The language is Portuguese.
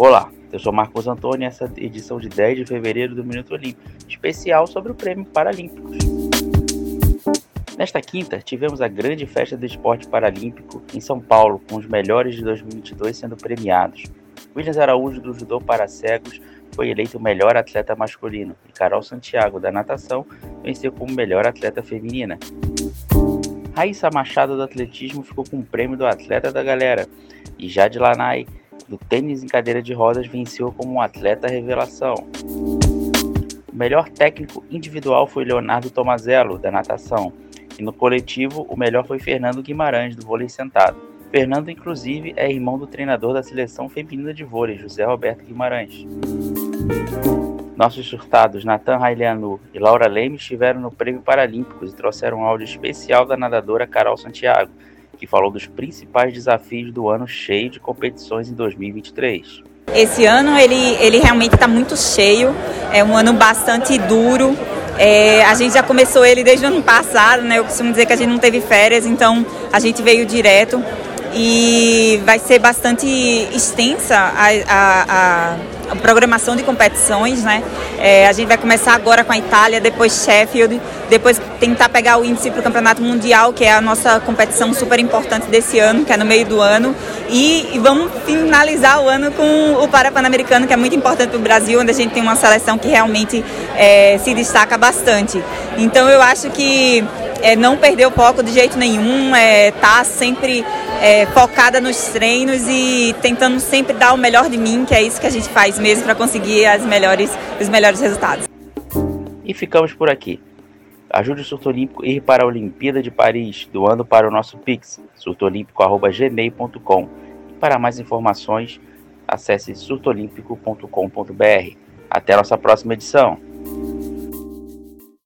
Olá, eu sou Marcos Antônio e essa é a edição de 10 de fevereiro do Minuto Olímpico, especial sobre o Prêmio Paralímpicos. Nesta quinta, tivemos a grande festa do esporte paralímpico em São Paulo, com os melhores de 2022 sendo premiados. Williams Araújo, do judô para cegos, foi eleito o melhor atleta masculino e Carol Santiago, da natação, venceu como melhor atleta feminina. Raíssa Machado, do atletismo, ficou com o prêmio do atleta da galera e Jade Lanai, do tênis em cadeira de rodas, venceu como um atleta revelação. O melhor técnico individual foi Leonardo Tomazello, da natação, e no coletivo o melhor foi Fernando Guimarães, do vôlei sentado. Fernando, inclusive, é irmão do treinador da seleção feminina de vôlei, José Roberto Guimarães. Nossos surtados Nathan Raileanu e Laura Leme estiveram no Prêmio Paralímpicos e trouxeram um áudio especial da nadadora Carol Santiago, que falou dos principais desafios do ano cheio de competições em 2023. Esse ano ele realmente está muito cheio, é um ano bastante duro. A gente já começou ele desde o ano passado, né? Eu costumo dizer que a gente não teve férias, então a gente veio direto e vai ser bastante extensa a programação de competições, né? A gente vai começar agora com a Itália, depois Sheffield, depois tentar pegar o índice para o Campeonato Mundial, que é a nossa competição super importante desse ano, que é no meio do ano, e vamos finalizar o ano com o Pan-Americano, que é muito importante para o Brasil, onde a gente tem uma seleção que realmente se destaca bastante. Então eu acho que não perder o foco de jeito nenhum, tá sempre focada nos treinos e tentando sempre dar o melhor de mim, que é isso que a gente faz mesmo para conseguir os melhores resultados. E ficamos por aqui. Ajude o Surto Olímpico a ir para a Olimpíada de Paris, doando para o nosso Pix, surtoolímpico@gmail.com. E para mais informações, acesse surtoolímpico.com.br. Até a nossa próxima edição.